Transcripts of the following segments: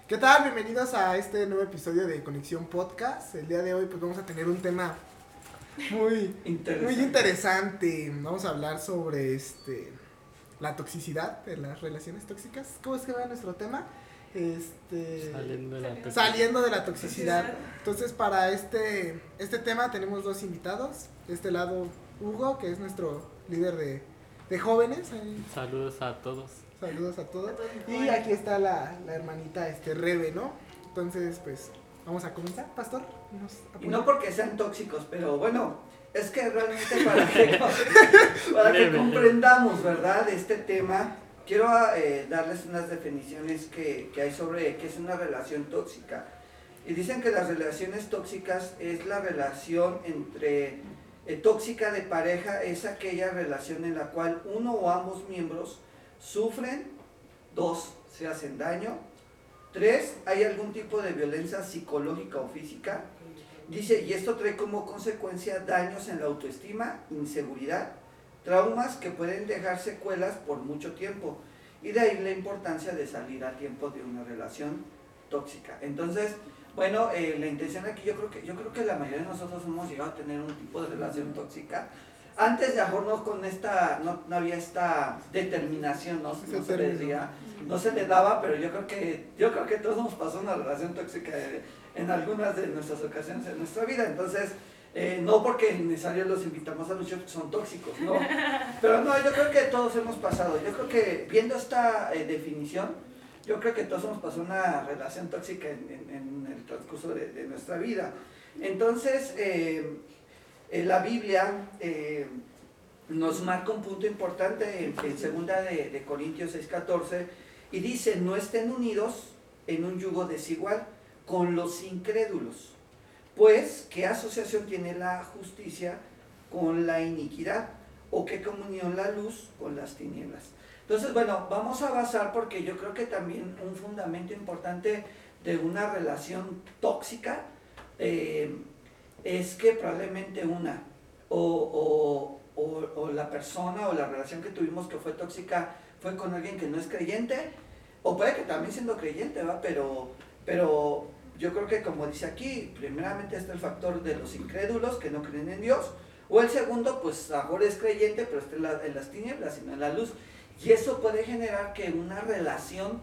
¿Qué tal? Bienvenidos a este nuevo episodio de Conexión Podcast. El día de hoy pues vamos a tener un tema muy interesante. Vamos a hablar sobre la toxicidad de las relaciones tóxicas. ¿Cómo es que va nuestro tema? Saliendo de la toxicidad. Entonces para este tema tenemos dos invitados. De este lado Hugo, que es nuestro líder de jóvenes. Saludos a todos. Saludos a todos. Y aquí está la hermanita Rebe, ¿no? Entonces, pues, vamos a comenzar, pastor. Y no porque sean tóxicos, pero bueno, es que realmente para que comprendamos, ¿verdad?, este tema, quiero darles unas definiciones que hay sobre qué es una relación tóxica. Y dicen que las relaciones tóxicas es la relación tóxica de pareja, es aquella relación en la cual uno o ambos miembros sufren, 2, se hacen daño, 3, hay algún tipo de violencia psicológica o física. Dice, y esto trae como consecuencia daños en la autoestima, inseguridad, traumas que pueden dejar secuelas por mucho tiempo. Y de ahí la importancia de salir a tiempo de una relación tóxica. Entonces, bueno, la intención aquí, yo creo que la mayoría de nosotros hemos llegado a tener un tipo de relación tóxica. Antes de no con no había esta determinación, no se le decía, no se le daba, pero yo creo que todos nos pasó una relación tóxica en algunas de nuestras ocasiones en nuestra vida. Entonces, no porque necesario los invitamos a luchar, son tóxicos, ¿no? Pero no, yo creo que todos hemos pasado. Yo creo que viendo esta definición, yo creo que todos hemos pasado una relación tóxica en el transcurso de nuestra vida. Entonces, la Biblia nos marca un punto importante en 2 de Corintios 6:14 y dice, no estén unidos en un yugo desigual con los incrédulos, pues ¿qué asociación tiene la justicia con la iniquidad? ¿O qué comunión la luz con las tinieblas? Entonces, bueno, vamos a basar, porque yo creo que también un fundamento importante de una relación tóxica es que probablemente o la persona o la relación que tuvimos que fue tóxica fue con alguien que no es creyente, o puede que también siendo creyente, ¿va? Pero yo creo que, como dice aquí, primeramente está el factor de los incrédulos que no creen en Dios, o el segundo, pues ahora es creyente, pero está en las tinieblas y no en la luz, y eso puede generar que una relación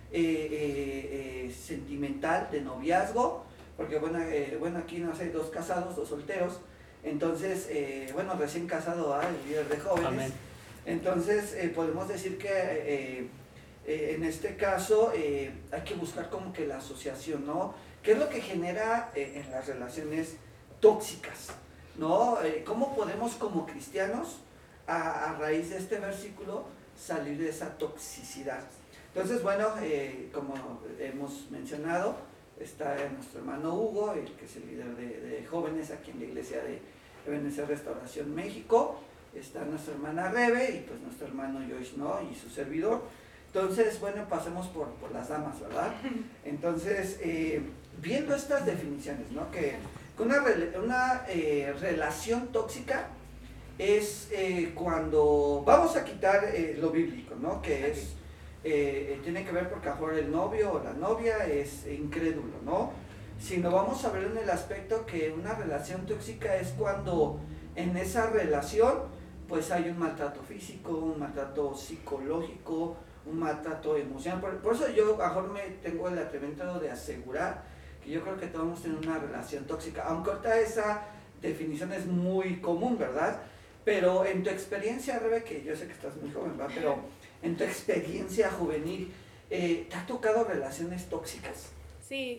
sentimental de noviazgo, porque bueno, aquí no hay 2 casados, 2 solteros, entonces, recién casado el líder de jóvenes. Amén. Entonces, podemos decir que en este caso hay que buscar como que la asociación, ¿no? ¿Qué es lo que genera en las relaciones tóxicas? ¿No? ¿Cómo podemos como cristianos, a raíz de este versículo, salir de esa toxicidad? Entonces, como hemos mencionado, está nuestro hermano Hugo, el que es el líder de jóvenes aquí en la iglesia de Ebenezer Restauración México. Está nuestra hermana Rebe y pues nuestro hermano Joyce, ¿no? Y su servidor. Entonces, pasemos por las damas, ¿verdad? Entonces, viendo estas definiciones, ¿no? Que una relación tóxica es cuando vamos a quitar lo bíblico, ¿no? Que es tiene que ver porque ahora el novio o la novia es incrédulo, ¿no? Sino vamos a ver en el aspecto que una relación tóxica es cuando en esa relación pues hay un maltrato físico, un maltrato psicológico, un maltrato emocional. Por eso yo mejor me tengo el atrevimiento de asegurar que yo creo que todos hemos tenido una relación tóxica, aunque ahorita esa definición es muy común, ¿verdad? Pero en tu experiencia, Rebe, que yo sé que estás muy joven, ¿verdad? Pero en tu experiencia juvenil, ¿te ha tocado relaciones tóxicas? Sí,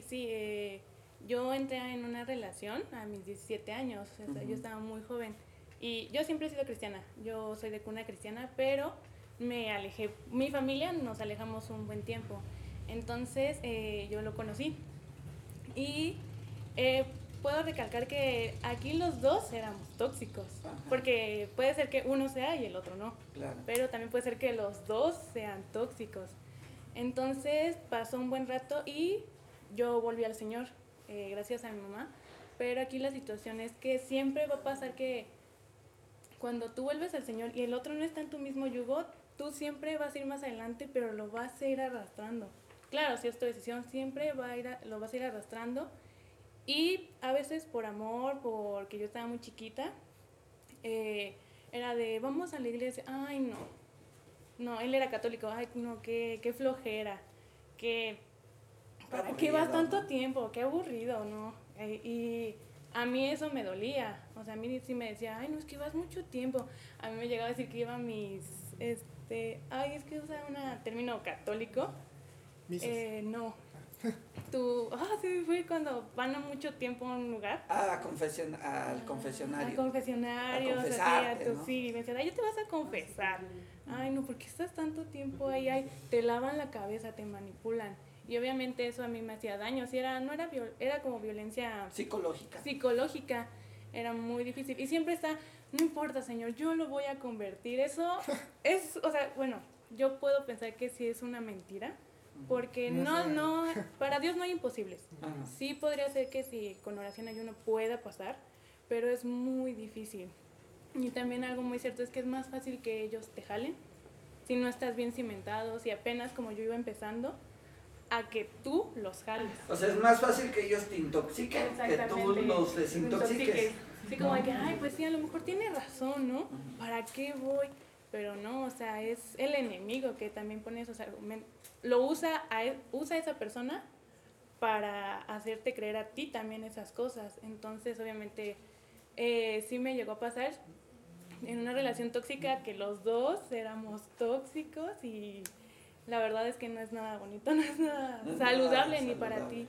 yo entré en una relación a mis 17 años, o sea, yo estaba muy joven y yo siempre he sido cristiana, yo soy de cuna cristiana, pero me alejé, mi familia nos alejamos un buen tiempo, entonces yo lo conocí y puedo recalcar que aquí los dos éramos tóxicos. Ajá. Porque puede ser que uno sea y el otro no. Claro. Pero también puede ser que los dos sean tóxicos. Entonces pasó un buen rato y yo volví al Señor, gracias a mi mamá. Pero aquí la situación es que siempre va a pasar que cuando tú vuelves al Señor y el otro no está en tu mismo yugo, tú siempre vas a ir más adelante, pero lo vas a ir arrastrando. claro, si es tu decisión, siempre lo vas a ir arrastrando. Y a veces por amor, porque yo estaba muy chiquita, era de, vamos a la iglesia, ay no, él era católico, ay no, qué flojera, ¿para qué vas tanto tiempo? Qué aburrido, ¿no? Y a mí eso me dolía, o sea, a mí sí me decía, ay no, es que vas mucho tiempo, a mí me llegaba a decir que iba a es que usa un término católico, no. Sí, fue cuando van a mucho tiempo a un lugar. Al confesionario. Al confesionario, ¿no? Sí, me decían, ay, ya te vas a confesar. Ay, no, ¿por qué estás tanto tiempo ahí? Ay, te lavan la cabeza, te manipulan. Y obviamente eso a mí me hacía daño. Sí, era como violencia psicológica. Era muy difícil. Y siempre está, no importa, señor, yo lo voy a convertir. Eso es, o sea, bueno, yo puedo pensar que sí es una mentira. Porque no, para Dios no hay imposibles. Sí podría ser que si con oración ayuno pueda pasar, pero es muy difícil. Y también algo muy cierto es que es más fácil que ellos te jalen si no estás bien cimentado, si apenas como yo iba empezando, a que tú los jales. O sea, es más fácil que ellos te intoxiquen que tú los desintoxiques. Sí, como de que, ay, pues sí, a lo mejor tiene razón, ¿no? ¿Para qué voy? Pero no, o sea, es el enemigo que también pone esos argumentos. Usa esa persona para hacerte creer a ti también esas cosas. Entonces, obviamente, sí me llegó a pasar en una relación tóxica que los dos éramos tóxicos y la verdad es que no es nada bonito, no es nada saludable ni para ti.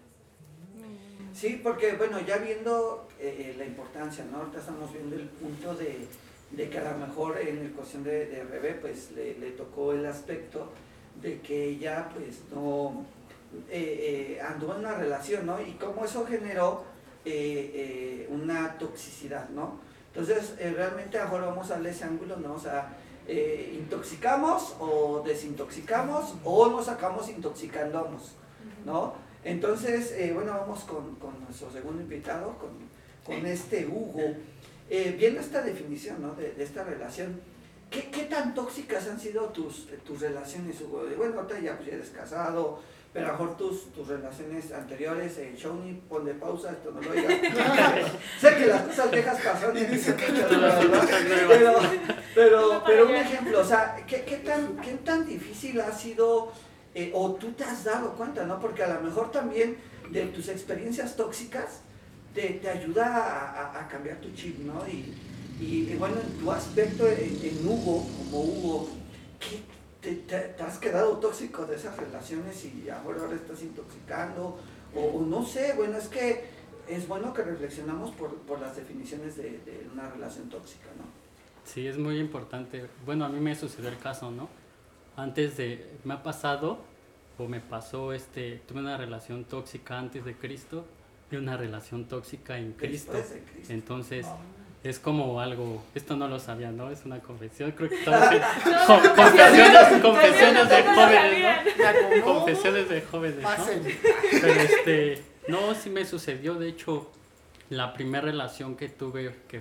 Sí, porque, bueno, ya viendo la importancia, ¿no? Ahorita estamos viendo el punto de que a lo mejor en la cuestión de Rebe, pues le tocó el aspecto de que ella pues no anduvo en una relación, ¿no? Y cómo eso generó una toxicidad, ¿no? Entonces realmente ahora vamos a darle ese ángulo, ¿no? O sea, intoxicamos o desintoxicamos o nos sacamos intoxicándonos, ¿no? Entonces, bueno, vamos con nuestro segundo invitado, con Hugo. Viendo esta definición, ¿no? de esta relación, ¿qué tan tóxicas han sido tus relaciones, Hugo? Bueno, ahorita ya pues eres casado, pero a lo mejor tus relaciones anteriores, Shawnee, ponle pausa, esto no lo oiga. Sé que las cosas dejas pasando y dice que pero un ejemplo, o sea, ¿qué tan difícil ha sido, o tú te has dado cuenta, ¿no? Porque a lo mejor también de tus experiencias tóxicas te ayuda a cambiar tu chip, ¿no? Y bueno, en tu aspecto en Hugo, como Hugo, ¿te has quedado tóxico de esas relaciones y ahora estás intoxicando? O no sé, bueno, es que es bueno que reflexionamos por las definiciones de una relación tóxica, ¿no? Sí, es muy importante. Bueno, a mí me sucedió el caso, ¿no? Me ha pasado, o me pasó, tuve una relación tóxica antes de Cristo y una relación tóxica en Cristo. Entonces, es como algo, esto no lo sabía, ¿no? Es una confesión, creo que todos confesiones de jóvenes, ¿no? Confesiones de jóvenes, ¿no? Pero no, sí me sucedió. De hecho, la primera relación que tuve, que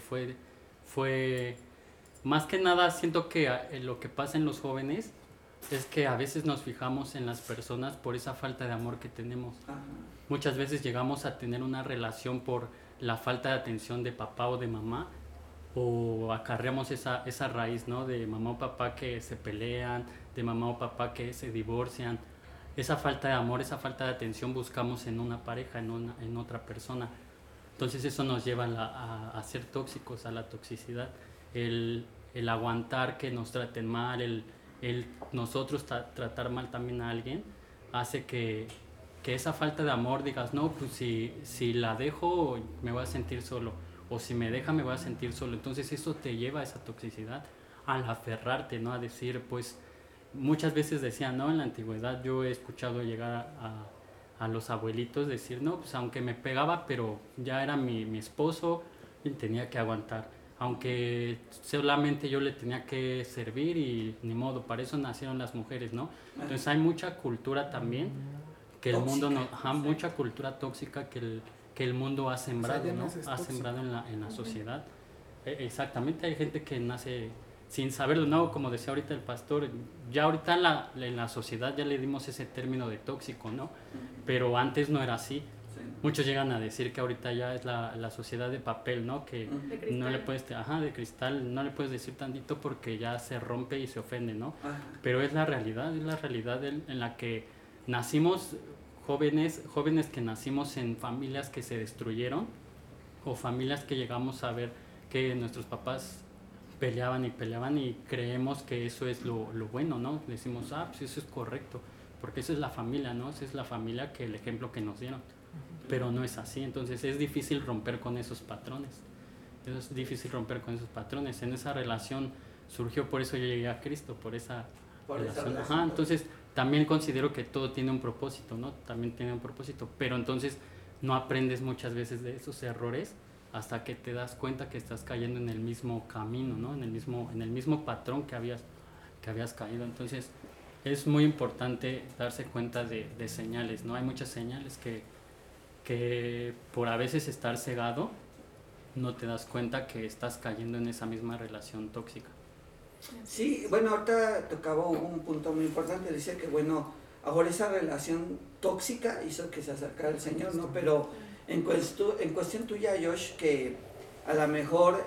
fue más que nada, siento que lo que pasa en los jóvenes es que a veces nos fijamos en las personas por esa falta de amor que tenemos. Ajá. Muchas veces llegamos a tener una relación por la falta de atención de papá o de mamá, o acarreamos esa raíz, ¿no? De mamá o papá que se pelean, de mamá o papá que se divorcian. Esa falta de amor, esa falta de atención buscamos en una pareja, en otra persona. Entonces eso nos lleva a ser tóxicos, a la toxicidad. El aguantar que nos traten mal, el nosotros tratar mal también a alguien, hace que esa falta de amor digas, no, pues si la dejo me voy a sentir solo, o si me deja me voy a sentir solo. Entonces eso te lleva a esa toxicidad, al aferrarte, ¿no? A decir, pues muchas veces decían, ¿no? En la antigüedad yo he escuchado llegar a los abuelitos decir, no, pues aunque me pegaba, pero ya era mi esposo y tenía que aguantar. Aunque solamente yo le tenía que servir y ni modo, para eso nacieron las mujeres, ¿no? Entonces hay mucha cultura también que el mundo mucha cultura tóxica que el mundo ha sembrado, ¿no? Ha sembrado en la sociedad. Exactamente, hay gente que nace sin saberlo, ¿no? Como decía ahorita el pastor, ya ahorita en la sociedad ya le dimos ese término de tóxico, ¿no? Pero antes no era así. Muchos llegan a decir que ahorita ya es la sociedad de papel, ¿no? Que no le puedes, de cristal, no le puedes decir tantito porque ya se rompe y se ofende, ¿no? Pero es la realidad en la que nacimos jóvenes que nacimos en familias que se destruyeron o familias que llegamos a ver que nuestros papás peleaban y creemos que eso es lo bueno, ¿no? Decimos, pues eso es correcto, porque esa es la familia, ¿no? Esa es la familia que el ejemplo que nos dieron. Pero no es así, entonces es difícil romper con esos patrones. En esa relación surgió, por eso yo llegué a Cristo, por esa relación. Entonces también considero que todo tiene un propósito, ¿no? También tiene un propósito, pero entonces no aprendes muchas veces de esos errores hasta que te das cuenta que estás cayendo en el mismo camino, ¿no? En el mismo patrón que habías caído. Entonces es muy importante darse cuenta de señales, ¿no? Hay muchas señales que por a veces estar cegado no te das cuenta que estás cayendo en esa misma relación tóxica. Sí, bueno, ahorita tocaba un punto muy importante, decía que bueno, ahora esa relación tóxica hizo que se acercara al Señor, ¿no? Pero en cuestión tuya, Josh, que a lo mejor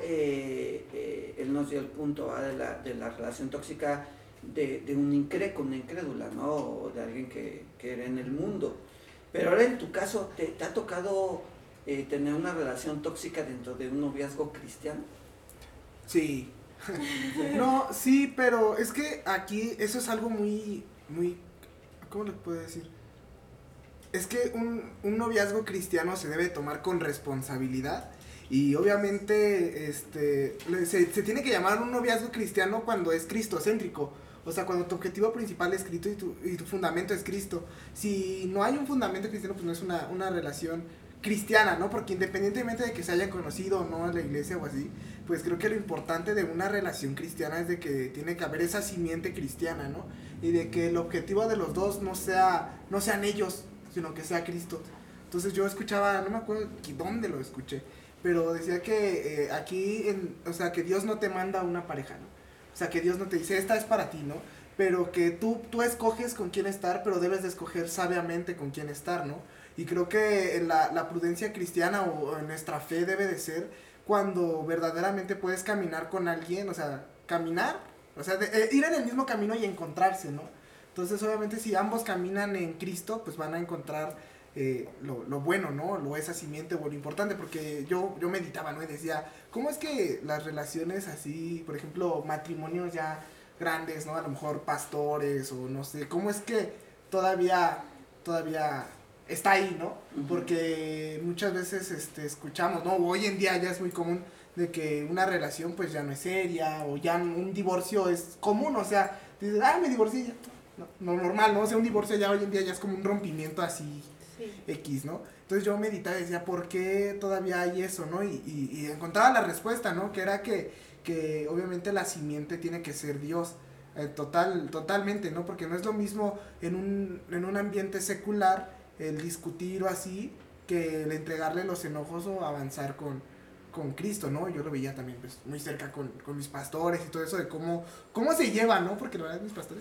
él nos dio el punto de la relación tóxica de una incrédula, ¿no? O de alguien que era en el mundo. Pero ahora en tu caso, ¿te ha tocado tener una relación tóxica dentro de un noviazgo cristiano? Sí. No, sí, pero es que aquí eso es algo muy, ¿cómo le puedo decir? Es que un noviazgo cristiano se debe tomar con responsabilidad y obviamente se tiene que llamar un noviazgo cristiano cuando es cristocéntrico. O sea, cuando tu objetivo principal es Cristo y tu fundamento es Cristo. Si no hay un fundamento cristiano, pues no es una relación cristiana, ¿no? Porque independientemente de que se hayan conocido o no en la iglesia o así, pues creo que lo importante de una relación cristiana es de que tiene que haber esa simiente cristiana, ¿no? Y de que el objetivo de los dos no sean ellos, sino que sea Cristo. Entonces yo escuchaba, no me acuerdo dónde lo escuché, pero decía que o sea, que Dios no te manda una pareja, ¿no? O sea, que Dios no te dice, esta es para ti, ¿no? Pero que tú escoges con quién estar, pero debes de escoger sabiamente con quién estar, ¿no? Y creo que la prudencia cristiana o nuestra fe debe de ser cuando verdaderamente puedes caminar con alguien, o sea, caminar, o sea, ir en el mismo camino y encontrarse, ¿no? Entonces, obviamente, si ambos caminan en Cristo, pues van a encontrar lo bueno, ¿no? Esa simiente o lo importante, porque yo meditaba, ¿no? Y decía, ¿cómo es que las relaciones así, por ejemplo, matrimonios ya grandes, ¿no? A lo mejor pastores o no sé, ¿cómo es que todavía está ahí, ¿no? Porque muchas veces escuchamos, ¿no? Hoy en día ya es muy común de que una relación pues ya no es seria o ya un divorcio es común, o sea, dices, me divorcié ya. No, normal, ¿no? O sea, un divorcio ya hoy en día ya es como un rompimiento así, sí. X, ¿no? Entonces yo meditaba y decía, ¿por qué todavía hay eso, no? Y encontraba la respuesta, ¿no? Que era que obviamente la simiente tiene que ser Dios, totalmente, ¿no? Porque no es lo mismo en un ambiente secular el discutir o así, que el entregarle los enojos o avanzar con Cristo, ¿no? Yo lo veía también pues muy cerca con mis pastores y todo eso de cómo se llevan, ¿no? Porque la verdad mis pastores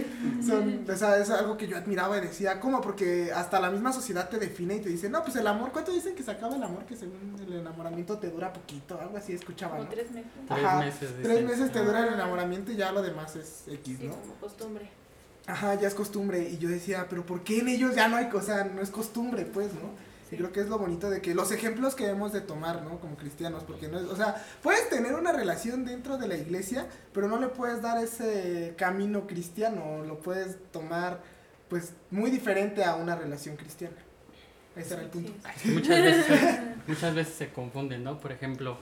o sea, es algo que yo admiraba y decía, ¿cómo? Porque hasta la misma sociedad te define y te dice, no, pues el amor, ¿cuánto dicen que se acaba el amor? Que según el enamoramiento te dura poquito, algo así escuchaba, ¿no? Como 3 meses. Ajá, 3 meses te dura el enamoramiento y ya lo demás es X, ¿no? Sí, como costumbre. Ajá, ya es costumbre. Y yo decía, pero ¿por qué en ellos ya no hay cosa? No es costumbre, pues, ¿no? Sí. Y creo que es lo bonito de que los ejemplos que debemos de tomar, ¿no? Como cristianos, porque no es, o sea, puedes tener una relación dentro de la iglesia, pero no le puedes dar ese camino cristiano, lo puedes tomar, pues, muy diferente a una relación cristiana. Ese era el punto. Sí. Muchas veces se confunden, ¿no? Por ejemplo,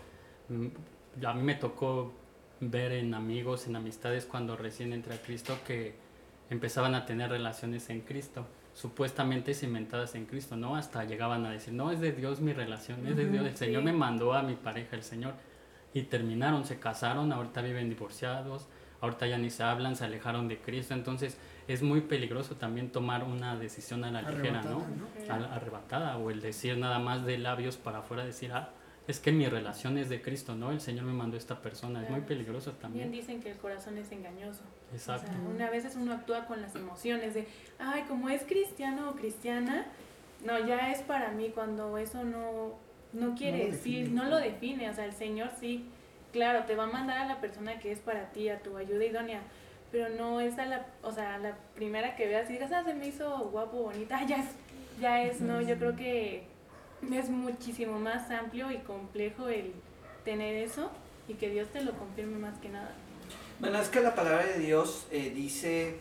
a mí me tocó ver en amigos, en amistades, cuando recién entré a Cristo, que empezaban a tener relaciones en Cristo, supuestamente cimentadas en Cristo, ¿no? Hasta llegaban a decir, no, es de Dios mi relación, es de Dios, el Señor me mandó a mi pareja, el Señor. Y terminaron, se casaron, ahorita viven divorciados, ahorita ya ni se hablan, se alejaron de Cristo. Entonces es muy peligroso también tomar una decisión a la ligera, ¿no? Arrebatada, o el decir nada más de labios para afuera, decir, es que mi relación es de Cristo, ¿no? El Señor me mandó esta persona, claro. Es muy peligroso también. Bien dicen que el corazón es engañoso. Exacto. O sea, una vez uno actúa con las emociones de, ay, como es cristiano o cristiana, no, ya es para mí, cuando eso no quiere decir, no lo define, o sea, el Señor sí, claro, te va a mandar a la persona que es para ti, a tu ayuda idónea, pero no es a la primera que veas y digas, se me hizo guapo, bonita, ya es, no, yo creo que es muchísimo más amplio y complejo el tener eso y que Dios te lo confirme más que nada. Bueno, es que la palabra de Dios dice,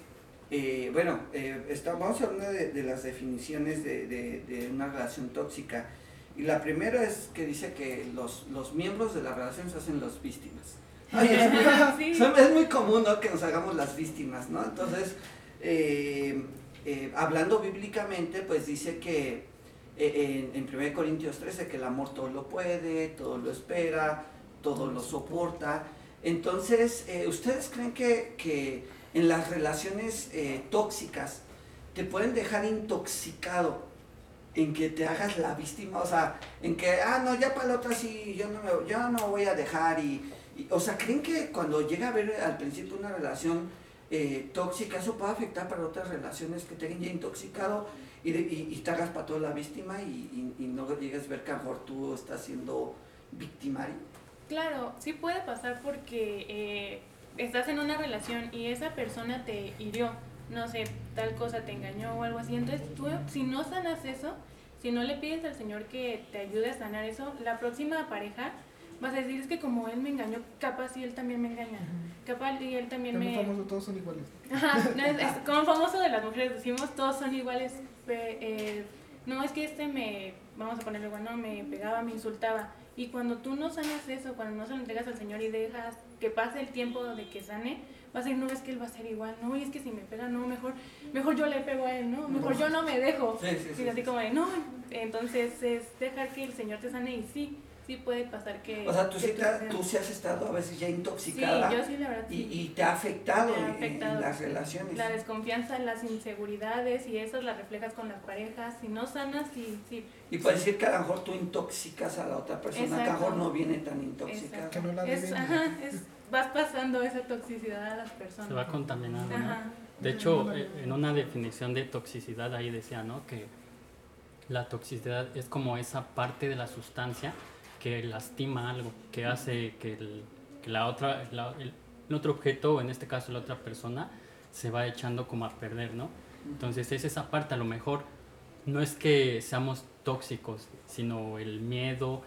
vamos hablando de las definiciones de una relación tóxica, y la primera es que dice que los miembros de la relación se hacen las víctimas. Ay, es muy común, ¿no?, que nos hagamos las víctimas, ¿no? Entonces, hablando bíblicamente, pues dice que en 1 Corintios 13 que el amor todo lo puede, todo lo espera, todo lo soporta. Entonces, ¿ustedes creen que en las relaciones tóxicas te pueden dejar intoxicado en que te hagas la víctima? O sea, en que, no, ya para la otra sí, yo no voy a dejar o sea, ¿creen que cuando llega a haber al principio una relación tóxica, eso puede afectar para otras relaciones que te hayan ya intoxicado y te hagas para toda la víctima y no llegues a ver que a lo mejor tú estás siendo victimario? Claro, sí puede pasar porque estás en una relación y esa persona te hirió, no sé, tal cosa te engañó o algo así, entonces tú, si no sanas eso, si no le pides al Señor que te ayude a sanar eso, la próxima pareja vas a decir, es que como él me engañó, capaz y él también me engaña, capaz y él también me... Como famoso, todos son iguales. Ajá, es como famoso de las mujeres, decimos todos son iguales, no, es que vamos a ponerle igual, no, me pegaba, me insultaba, y cuando tú no sanas eso, cuando no se lo entregas al Señor y dejas que pase el tiempo de que sane, vas a decir, no, es que él va a ser igual, no, y es que si me pega, no, mejor yo le pego a él, no, mejor yo no me dejo, y así como de, no, entonces es dejar que el Señor te sane y sí puede pasar que... O sea, tú sí has estado a veces ya intoxicada. Sí, yo sí, la verdad, sí. Y te ha afectado, en las relaciones. La desconfianza, las inseguridades y eso las reflejas con las parejas. Si no sanas, sí. Y puede decir que a lo mejor tú intoxicas a la otra persona, exacto, que a lo mejor no viene tan intoxicada. Que no la vas pasando esa toxicidad a las personas. Se va contaminando, ¿no? De hecho, en una definición de toxicidad ahí decía, ¿no?, que la toxicidad es como esa parte de la sustancia que lastima algo, que hace que el otro objeto, o en este caso la otra persona, se va echando como a perder, ¿no? Entonces es esa parte, a lo mejor no es que seamos tóxicos, sino el miedo,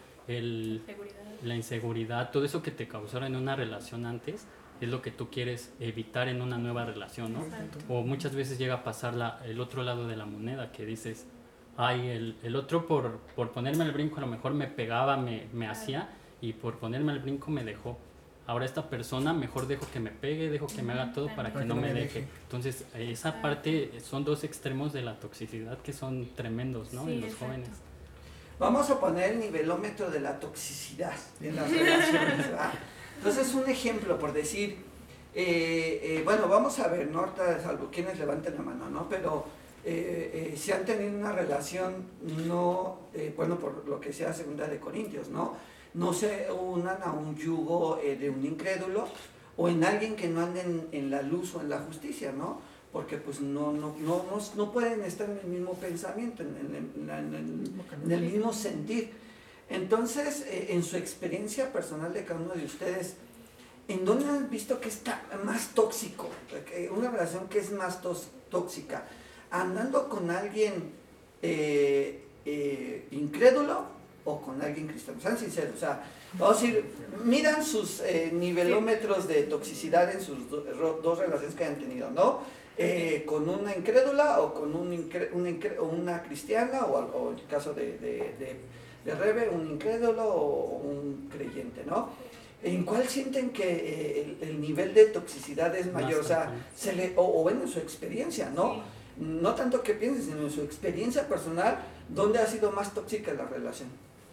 la inseguridad, todo eso que te causaron en una relación antes, es lo que tú quieres evitar en una nueva relación, ¿no? Exacto. O muchas veces llega a pasar el otro lado de la moneda, que dices, ay, el otro por ponerme al brinco a lo mejor me pegaba, me hacía, y por ponerme al brinco me dejó. Ahora esta persona mejor dejo que me pegue, dejo que me haga todo para que no me deje. Entonces esa parte son dos extremos de la toxicidad que son tremendos, ¿no? Sí, en los jóvenes. Vamos a poner el nivelómetro de la toxicidad en las relaciones, ¿verdad? Entonces un ejemplo por decir, vamos a ver, ¿no? Salvo quienes levanten la mano, ¿no? Pero si han tenido una relación, por lo que sea 2 de Corintios, no se unan a un yugo de un incrédulo o en alguien que no ande en la luz o en la justicia, ¿no? Porque pues no pueden estar en el mismo pensamiento, en el mismo sentir. Entonces, en su experiencia personal de cada uno de ustedes, ¿en dónde han visto que está más tóxico? Una relación que es más tóxica. ¿Andando con alguien incrédulo o con alguien cristiano? Sean sinceros, o sea, vamos a decir, miran sus nivelómetros de toxicidad en sus dos relaciones que hayan tenido, ¿no? Con una incrédula o con una cristiana, o en el caso de Rebe, un incrédulo o un creyente, ¿no? ¿En cuál sienten que el nivel de toxicidad es mayor? O sea, en su experiencia, ¿no? Sí. No tanto que piensen, sino en su experiencia personal, ¿dónde ha sido más tóxica la relación?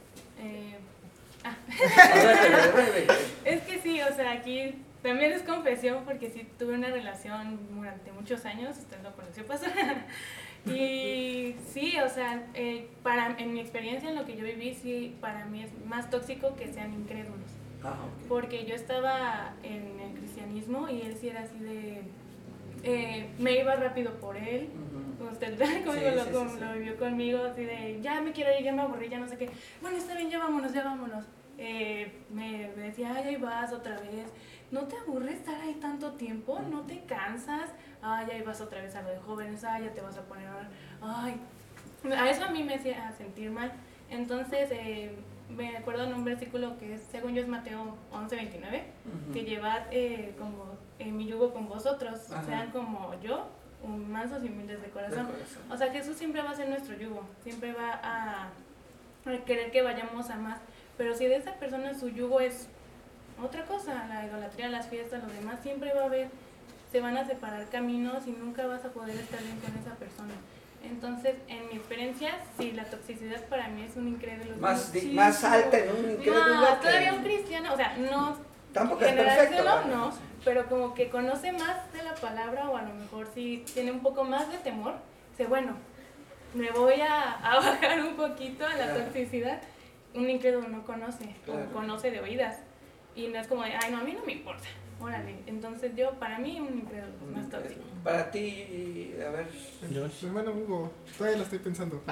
Es que sí, o sea, aquí también es confesión porque sí tuve una relación durante muchos años, usted lo conoció pasar. Y sí, o sea, en mi experiencia, en lo que yo viví, sí, para mí es más tóxico que sean incrédulos. Okay. Porque yo estaba en el cristianismo y él sí era así de... me iba rápido por él. Usted conmigo lo vivió conmigo, así de, ya me quiero ir, ya me aburrí, ya no sé qué. Bueno, está bien, ya vámonos. Me decía, ay, ahí vas otra vez. ¿No te aburre estar ahí tanto tiempo? ¿No te cansas? Ay, ahí vas otra vez a lo de jóvenes, ay, ya te vas a poner a... Ay, a eso a mí me hacía sentir mal. Entonces, me acuerdo en un versículo que es, según yo es Mateo 11:29, que llevad como mi yugo con vosotros, sean como yo, mansos y humildes de corazón. O sea, Jesús siempre va a ser nuestro yugo, siempre va a querer que vayamos a más. Pero si de esa persona su yugo es otra cosa, la idolatría, las fiestas, los demás, siempre va a haber, se van a separar caminos y nunca vas a poder estar bien con esa persona. Entonces, en mi experiencia, sí, la toxicidad para mí es un incrédulo. Más alta en un incrédulo. No, todavía un cristiano, o sea, no... Tampoco es perfecto. No, pero como que conoce más de la palabra o a lo mejor sí tiene un poco más de temor, dice, bueno, me voy a bajar un poquito a la toxicidad. Un incrédulo no conoce, o conoce de oídas. Y no es como de, ay, no, a mí no me importa. Órale, entonces para mí un incrédulo es más tóxico. Para ti, a ver... Mi hermano Hugo, todavía lo estoy pensando.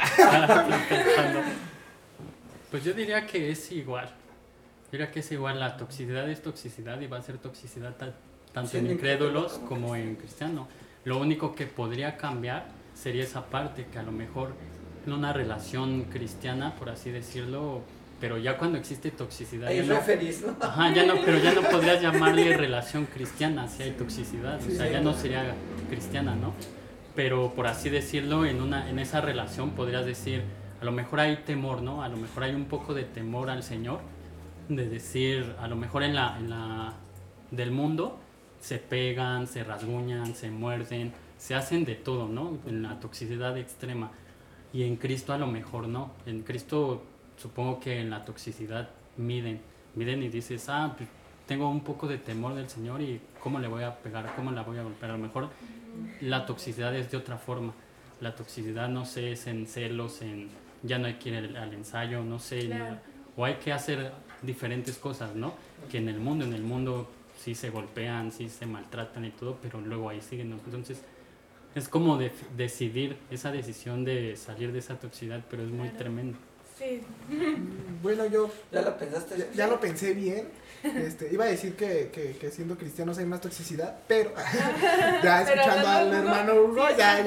Pues yo diría que es igual. La toxicidad es toxicidad y va a ser toxicidad tanto en incrédulos como en cristianos. Lo único que podría cambiar sería esa parte, que a lo mejor en una relación cristiana, por así decirlo, pero ya cuando existe toxicidad... Ahí referís, ¿no? Ajá, pero ya no podrías llamarle relación cristiana si hay toxicidad, o sea, ya no sería cristiana, ¿no? Pero por así decirlo, en esa relación podrías decir, a lo mejor hay temor, ¿no? A lo mejor hay un poco de temor al Señor, de decir, a lo mejor en la del mundo se pegan, se rasguñan, se muerden, se hacen de todo, ¿no? En la toxicidad extrema. Y en Cristo a lo mejor no. En Cristo supongo que en la toxicidad miden y dices, pues tengo un poco de temor del Señor y ¿cómo le voy a pegar? ¿Cómo la voy a golpear? A lo mejor la toxicidad es de otra forma. La toxicidad, no sé, es en celos, en ya no hay que ir al ensayo, no sé, claro. O hay que hacer diferentes cosas, ¿no? Que en el mundo sí se golpean, sí se maltratan y todo, pero luego ahí siguen, ¿no? Entonces es como decidir esa decisión de salir de esa toxicidad, pero es muy tremendo. Sí. Bueno, yo... ¿Ya lo pensaste? Ya lo pensé bien. Iba a decir que siendo cristianos hay más toxicidad, pero ya escuchando al hermano Hugo,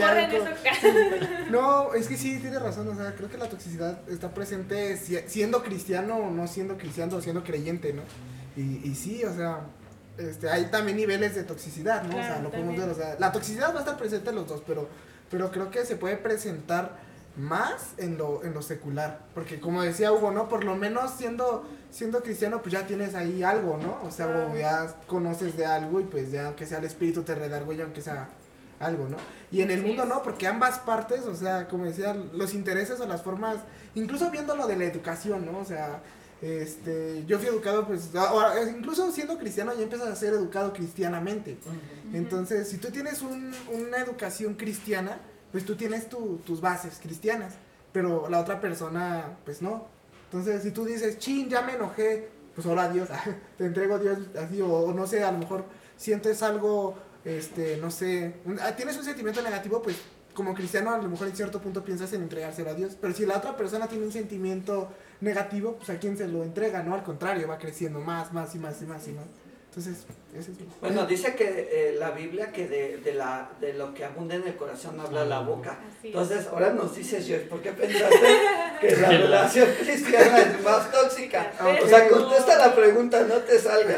no, es que sí, tiene razón, o sea, creo que la toxicidad está presente siendo cristiano o no siendo cristiano o siendo creyente, ¿no? Y sí, o sea, hay también niveles de toxicidad, ¿no? Claro, o sea, lo podemos ver, o sea, la toxicidad va a estar presente en los dos, pero creo que se puede presentar más en lo secular, porque como decía Hugo, ¿no? Por lo menos siendo cristiano, pues ya tienes ahí algo, ¿no? O sea, o ya conoces de algo y pues ya aunque sea el espíritu te redarguye, aunque sea algo, ¿no? Y en el mundo no, porque ambas partes, o sea, como decía, los intereses o las formas, incluso viendo lo de la educación, ¿no? O sea, yo fui educado, pues, ahora, incluso siendo cristiano ya empiezas a ser educado cristianamente. Entonces, si tú tienes una educación cristiana, pues tú tienes tus bases cristianas, pero la otra persona, pues no. Entonces, si tú dices, chin, ya me enojé, pues ahora Dios, te entrego a Dios, así, o no sé, a lo mejor sientes algo, no sé, tienes un sentimiento negativo, pues como cristiano a lo mejor en cierto punto piensas en entregárselo a Dios, pero si la otra persona tiene un sentimiento negativo, pues a quién se lo entrega, ¿no? Al contrario, va creciendo más y más. Entonces, ese es... Bueno, dice que la Biblia que de lo que abunda en el corazón habla la boca. Entonces, ahora nos dices, Joyce, ¿por qué pensaste que la relación cristiana es más tóxica? O sea, contesta la pregunta, no te salgas.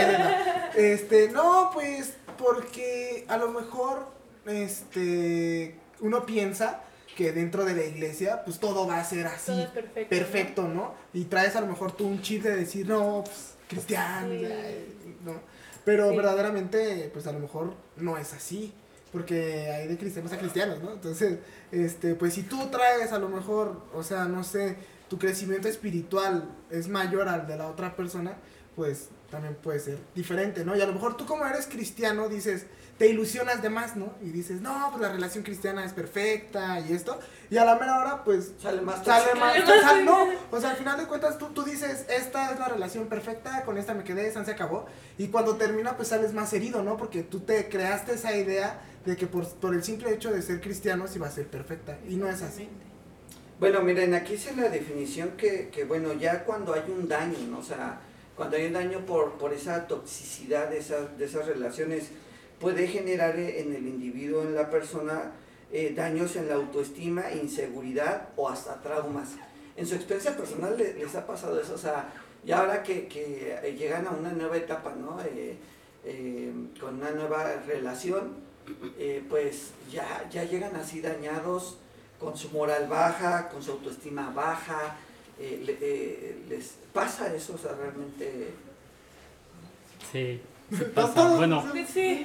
No, pues, porque a lo mejor, uno piensa que dentro de la iglesia, pues todo va a ser así, todo es perfecto, ¿no? Y traes a lo mejor tú un chip de decir, no, pues, cristiano, ¿no? Pero verdaderamente, pues a lo mejor no es así, porque hay de cristianos a cristianos, ¿no? Entonces, pues si tú traes a lo mejor, o sea, no sé, tu crecimiento espiritual es mayor al de la otra persona, pues también puede ser diferente, ¿no? Y a lo mejor tú como eres cristiano dices, te ilusionas de más, ¿no? Y dices, no, pues la relación cristiana es perfecta y esto, y a la mera hora, pues sale más, no, o sea, al final de cuentas tú dices, esta es la relación perfecta, con esta me quedé, se acabó, y cuando termina pues sales más herido, ¿no? Porque tú te creaste esa idea de que por el simple hecho de ser cristiano sí va a ser perfecta, y no es así. Bueno, miren, aquí dice la definición que bueno, ya cuando hay un daño, ¿no? O sea, cuando hay un daño por esa toxicidad de esas relaciones, puede generar en el individuo, en la persona, daños en la autoestima, inseguridad o hasta traumas. En su experiencia personal les ha pasado eso, o sea, y ahora que llegan a una nueva etapa, ¿no? Con una nueva relación, pues ya llegan así dañados, con su moral baja, con su autoestima baja, les pasa eso, o sea, realmente... Sí, pasa. Bueno, sí,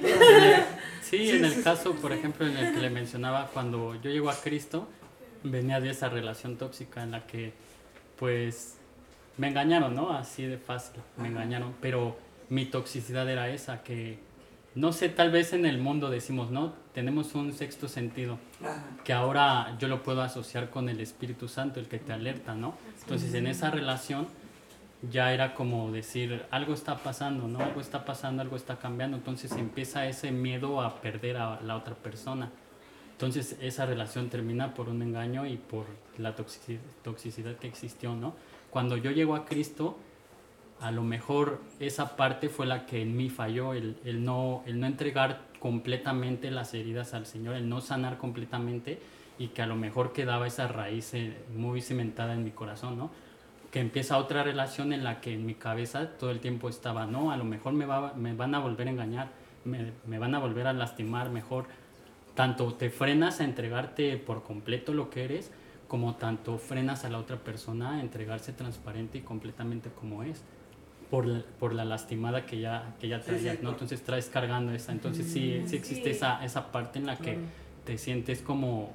en el caso, por ejemplo, en el que le mencionaba, cuando yo llego a Cristo, venía de esa relación tóxica en la que, pues, me engañaron, ¿no? Así de fácil, me engañaron, pero mi toxicidad era esa, que, no sé, tal vez en el mundo decimos, ¿no? Tenemos un sexto sentido, que ahora yo lo puedo asociar con el Espíritu Santo, el que te alerta, ¿no? Entonces, en esa relación ya era como decir, algo está pasando, ¿no? Algo está pasando, algo está cambiando, entonces empieza ese miedo a perder a la otra persona. Entonces, esa relación termina por un engaño y por la toxicidad que existió, ¿no? Cuando yo llego a Cristo, a lo mejor esa parte fue la que en mí falló, el no entregar completamente las heridas al Señor, el no sanar completamente, y que a lo mejor quedaba esa raíz muy cimentada en mi corazón, ¿no? Que empieza otra relación en la que en mi cabeza todo el tiempo estaba, no, a lo mejor me van a volver a engañar, me van a volver a lastimar, mejor tanto te frenas a entregarte por completo lo que eres, como tanto frenas a la otra persona a entregarse transparente y completamente como es, por la lastimada que ya traías, ¿no? Entonces traes cargando esa, entonces sí existe esa parte en la que te sientes como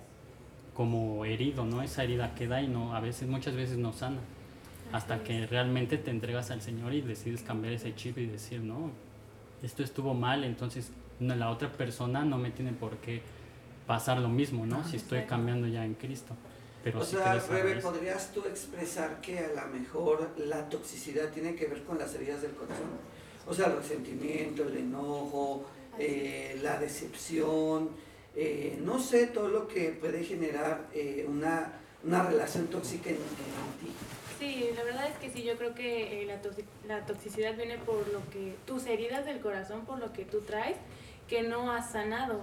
herido, ¿no? Esa herida queda y muchas veces no sana, hasta que realmente te entregas al Señor y decides cambiar ese chip y decir, no, esto estuvo mal, entonces la otra persona no me tiene por qué pasar lo mismo, ¿no? Si estoy cambiando ya en Cristo. Pero o sea, Rebe, ¿podrías tú expresar que a lo mejor la toxicidad tiene que ver con las heridas del corazón? O sea, el resentimiento, el enojo, la decepción, no sé, todo lo que puede generar una relación tóxica en ti. Sí, la verdad es que sí, yo creo que la toxicidad viene por lo que tus heridas del corazón, por lo que tú traes, que no has sanado.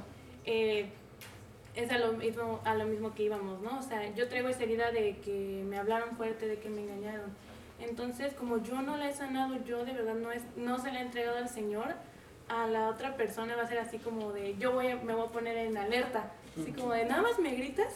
Es a lo mismo que íbamos, ¿no? O sea, yo traigo esa herida de que me hablaron fuerte, de que me engañaron. Entonces, como yo no la he sanado, yo de verdad no se la he entregado al Señor, a la otra persona va a ser así como de, me voy a poner en alerta, así como de, nada más me gritas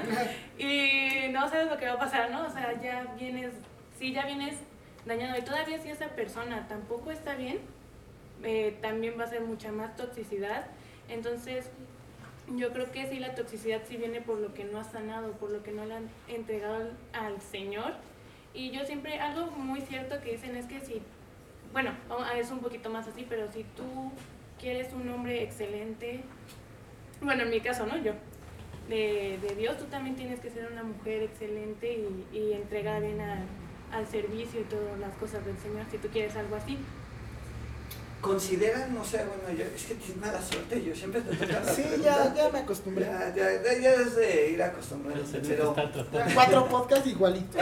y no sabes lo que va a pasar, ¿no? O sea, ya vienes dañado, y todavía si esa persona tampoco está bien, también va a ser mucha más toxicidad. Entonces, yo creo que sí, la toxicidad sí viene por lo que no has sanado, por lo que no le han entregado al Señor. Y yo siempre, algo muy cierto que dicen es que si, bueno, es un poquito más así, pero si tú quieres un hombre excelente, bueno, en mi caso, ¿no? Yo, de Dios, tú también tienes que ser una mujer excelente y entregada bien al servicio y todas las cosas del Señor, si tú quieres algo así. ¿Consideran, no sé, bueno, es que tienes mala suerte, yo siempre te toca la Sí, pregunta. ya me acostumbré. Ya es de ir acostumbrándose, pero... 4 podcasts igualitos.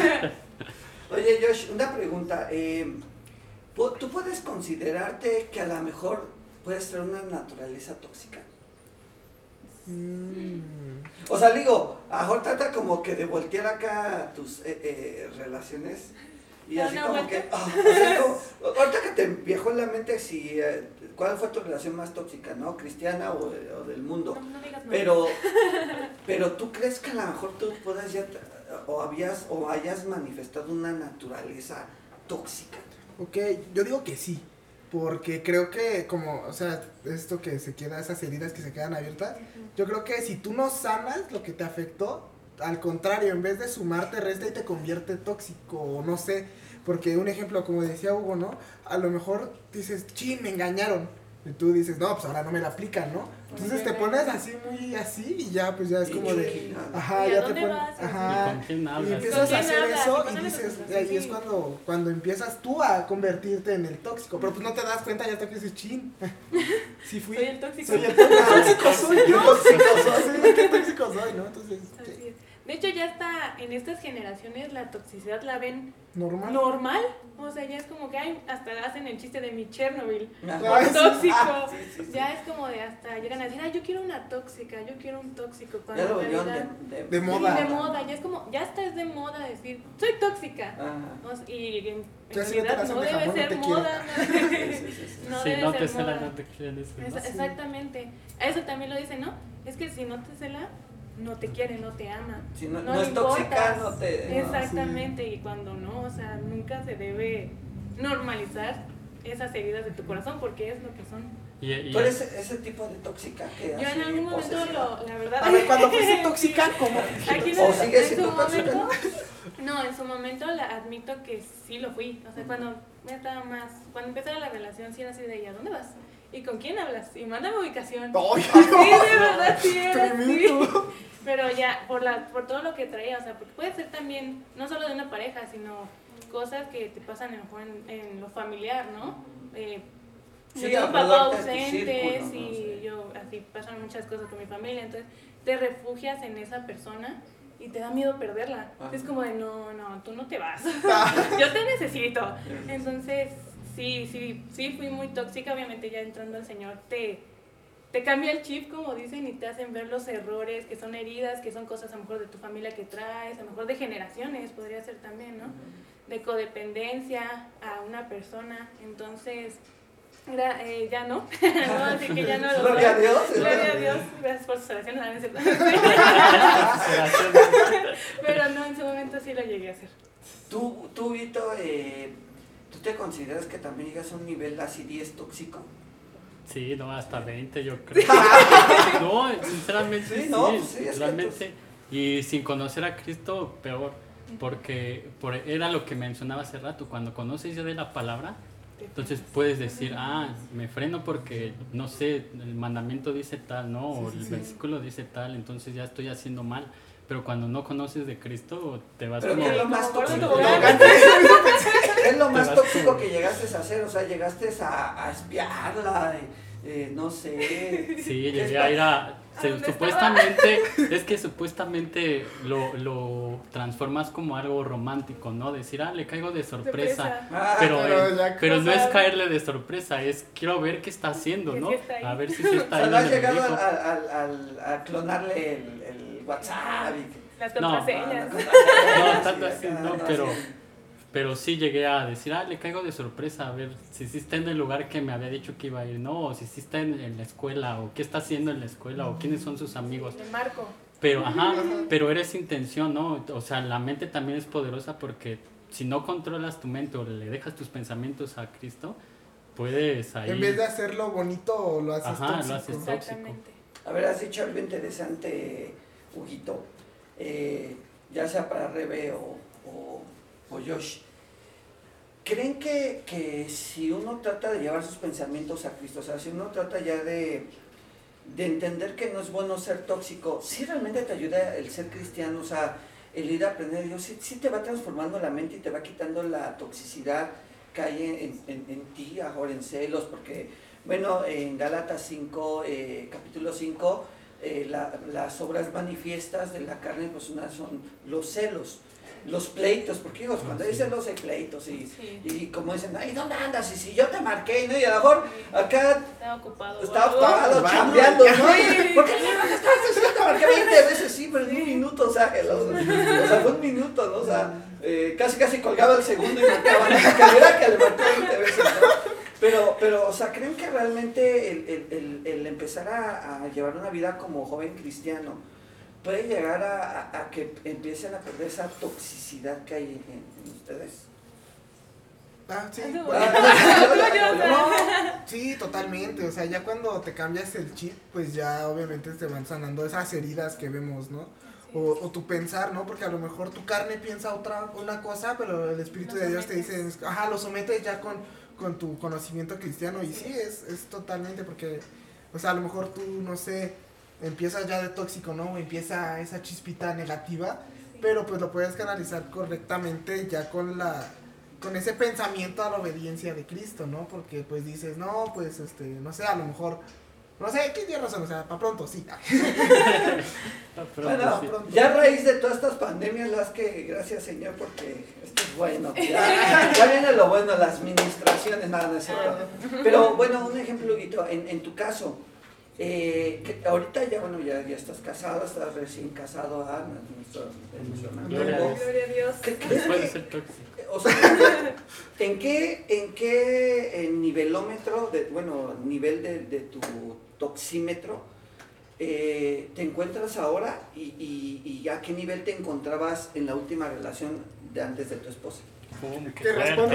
Oye, Josh, una pregunta. ¿Tú puedes considerarte que a lo mejor puedes tener una naturaleza tóxica? O sea, digo, a lo mejor trata como que de voltear acá tus relaciones y así como que... ahorita que te viajó en la mente si cuál fue tu relación más tóxica, ¿no? ¿Cristiana o del mundo? No digas nada. Pero ¿tú crees que a lo mejor tú puedas ya o hayas manifestado una naturaleza tóxica? Ok, yo digo que sí, porque creo que como, o sea, esto que se queda, esas heridas que se quedan abiertas, yo creo que si tú no sanas lo que te afectó, al contrario, en vez de sumarte, resta y te convierte tóxico, o no sé, porque un ejemplo, como decía Hugo, ¿no? A lo mejor dices, chin, me engañaron. Y tú dices, no, pues ahora no me la aplican, ¿no? Entonces te pones así, muy así, y ya, pues ya es como de, ajá, ya te pones, ajá, y empiezas a hacer eso, y dices, ahí es cuando empiezas tú a convertirte en el tóxico, pero pues no te das cuenta, ya te dices, chin, sí fui. Soy el tóxico. Soy el tóxico, soy yo. Sí, qué tóxico soy, ¿no? Entonces, así es. De hecho, ya está en estas generaciones la toxicidad la ven normal. O sea, ya es como que hasta hacen el chiste de mi Chernobyl. Tóxico. Sí. Ya es como de hasta llegan a decir, yo quiero una tóxica, yo quiero un tóxico. Ya lo volvieron de moda. Sí, de moda. Ya es como, ya hasta es de moda decir, soy tóxica. Y en realidad no debe ser moda. No debe ser moda. No te quieren exactamente. Eso también lo dicen, ¿no? Es que si no te cela, no te quiere, no te ama. Si no es tóxica, no te... Exactamente, y cuando no, o sea, nunca se debe normalizar esas heridas de tu corazón porque es lo que son. ¿Tú eres ese tipo de tóxica que yo en algún momento, la verdad... A ver, cuando fuiste tóxica, ¿cómo? ¿O sigues siendo tóxica? No, en su momento admito que sí lo fui. O sea, cuando empezaba la relación, sí era así de, ¿a dónde vas? ¿Y con quién hablas? Y mándame ubicación. ¡Ay, sí, de verdad, sí era así. Pero ya, por todo lo que traía, o sea, porque puede ser también, no solo de una pareja, sino cosas que te pasan a lo mejor en lo familiar, ¿no? Yo tengo un papá ausente, yo así pasan muchas cosas con mi familia, entonces te refugias en esa persona y te da miedo perderla. Es como de, no, tú no te vas, yo te necesito. Entonces, sí, fui muy tóxica, obviamente ya entrando al Señor te cambia el chip, como dicen, y te hacen ver los errores, que son heridas, que son cosas a lo mejor de tu familia que traes, a lo mejor de generaciones, podría ser también, ¿no? De codependencia a una persona, entonces... ya no, así que ya no lo Gloria a Dios. Gloria a Dios, gracias por sus oraciones. Pero no, en su momento sí lo llegué a hacer. Tú Vito, ¿tú te consideras que también llegas a un nivel así 10 tóxico? Sí, no, hasta 20 yo creo. No, sinceramente sí, realmente. Y sin conocer a Cristo, peor, porque era lo que mencionaba hace rato, cuando conoces ya de la palabra, entonces puedes decir, me freno porque, no sé, el mandamiento dice tal, ¿no? O el versículo dice tal, entonces ya estoy haciendo mal. Pero cuando no conoces de Cristo, te vas como... Pero ¿qué es lo más tóxico? Es lo más tóxico que llegaste a hacer, o sea, llegaste a espiarla, no sé... Sí, llegué a ir a... supuestamente lo transformas como algo romántico, ¿no? Decir, le caigo de sorpresa. Pero no es caerle de sorpresa, es quiero ver qué está haciendo, ¿no? A ver si se está yendo. ¿Has llegado a clonarle el WhatsApp? Las contraseñas. No, tanto así, no, pero sí llegué a decir, le caigo de sorpresa, a ver si sí está en el lugar que me había dicho que iba a ir, ¿no? O si sí está en la escuela, o qué está haciendo en la escuela, o quiénes son sus amigos. El marco. Pero eres intención, ¿no? O sea, la mente también es poderosa porque si no controlas tu mente o le dejas tus pensamientos a Cristo, puedes ahí... En vez de hacerlo bonito, lo haces tóxico. Lo haces tóxico. A ver, has dicho algo interesante, Huguito, ya sea para Rebe o Josh. ¿Creen que si uno trata de llevar sus pensamientos a Cristo, o sea, si uno trata ya de entender que no es bueno ser tóxico, si realmente te ayuda el ser cristiano, o sea, el ir a aprender a Dios, sí te va transformando la mente y te va quitando la toxicidad que hay en ti, ahora en celos, porque, bueno, en Gálatas 5, capítulo 5, las obras manifiestas de la carne, pues unas son los celos, los pleitos, porque digo, cuando hay celos hay pleitos y como dicen, ¿dónde andas? Y si yo te marqué, ¿no? Y a lo mejor acá estaba ocupado, chambeando, ¿no? ¿Por qué no estás diciendo? Te marqué 20 veces, sí, pero en un minuto, o sea, fue un minuto, ¿no? O sea, casi colgaba el segundo y marcaba la calidad que le marcó 20 veces, ¿no? Pero, o sea, ¿creen que realmente el empezar a llevar una vida como joven cristiano puede llegar a que empiecen a perder esa toxicidad que hay en ustedes? Sí. Sí, totalmente. O sea, ya cuando te cambias el chip, pues ya obviamente te van sanando esas heridas que vemos, ¿no? o tu pensar, ¿no? Porque a lo mejor tu carne piensa una cosa, pero el Espíritu de Dios te dice, lo sometes ya con tu conocimiento cristiano. Y sí, es totalmente porque, o sea, a lo mejor tú, no sé, empiezas ya de tóxico, ¿no? O empieza esa chispita negativa, pero pues lo puedes canalizar correctamente ya con ese pensamiento a la obediencia de Cristo, ¿no? Porque pues dices, no, pues no sé, a lo mejor, no sé, ¿quién tiene razón? O sea, para pronto, sí. Bueno, ya a raíz de todas estas pandemias, gracias Señor, porque esto es bueno. Ya viene lo bueno, las ministraciones, nada, no es cierto. Pero bueno, un ejemplo, Huguito, en tu caso, que ahorita ya, bueno, ya estás casado, estás recién casado, nuestro hermano. Gloria a Dios. O sea, ¿en qué nivelómetro, nivel de tu toxímetro te encuentras ahora y a qué nivel te encontrabas en la última relación de antes de tu esposa? Que responde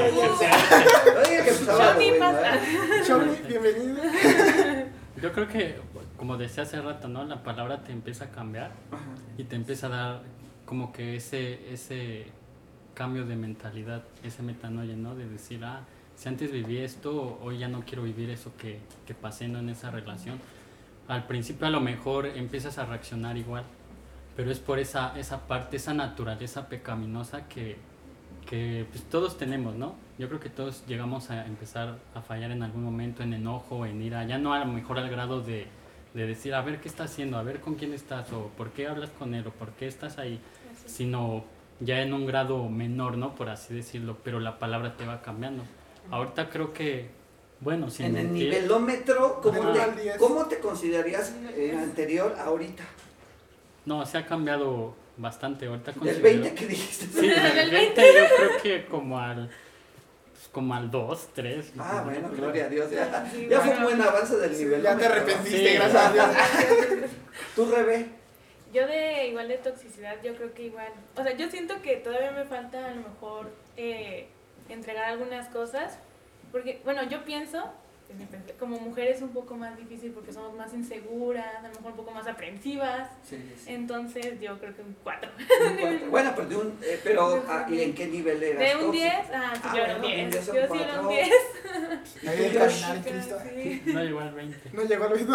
Shomi, bienvenido. Yo creo que, como decía hace rato, ¿no? La palabra te empieza a cambiar. Ajá. Y te empieza a dar como que ese cambio de mentalidad, ese metanoia, ¿no? De decir, si antes viví esto, hoy ya no quiero vivir eso que pasé, ¿no? En esa relación. Al principio a lo mejor empiezas a reaccionar igual, pero es por esa parte, esa naturaleza pecaminosa que pues todos tenemos, ¿no? Yo creo que todos llegamos a empezar a fallar en algún momento, en enojo, en ira, ya no a lo mejor al grado de decir, a ver qué estás haciendo, a ver con quién estás, o por qué hablas con él, o por qué estás ahí, sino ya en un grado menor, ¿no? Por así decirlo, pero la palabra te va cambiando. Ahorita creo que, bueno, sin en el nivelómetro, ¿cómo te considerarías anterior a ahorita? No, se ha cambiado bastante. Ahorita ¿Del 20 que dijiste? Sí, del 20 yo creo que como al 2, 3. Bueno, gloria a Dios. Ya fue un buen avance del nivel. Ya te arrepentiste, gracias a Dios. ¿Tú, Rebe? Yo igual de toxicidad, yo creo que igual. O sea, yo siento que todavía me falta a lo mejor entregar algunas cosas. Porque, bueno, yo pienso, como mujer es un poco más difícil porque somos más inseguras, a lo mejor un poco más aprensivas. Sí. Entonces yo creo que un 4. Bueno, pero ¿y en qué nivel eras? De un 10, yo era un 10. Yo sí era un 10. Ahí caminar en Cristo. Sí. No llegó al 20. No llegó al 20.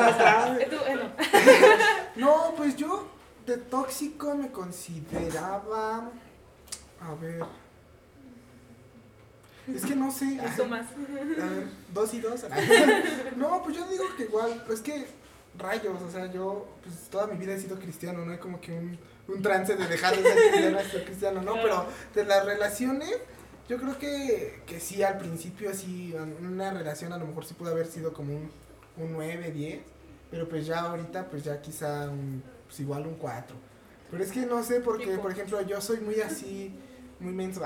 No, pues yo de tóxico me consideraba, a ver, es que no sé. Eso más. A ver, 2 y 2. No, pues yo digo que igual, es que rayos, o sea, yo pues toda mi vida he sido cristiano, no hay como que un trance de dejar de ser cristiano, ¿no? Pero de las relaciones, yo creo que sí, al principio sí, una relación a lo mejor sí pudo haber sido como un 9, 10, pero pues ya ahorita pues ya quizá pues igual un 4. Pero es que no sé, porque por ejemplo yo soy muy así, muy menso.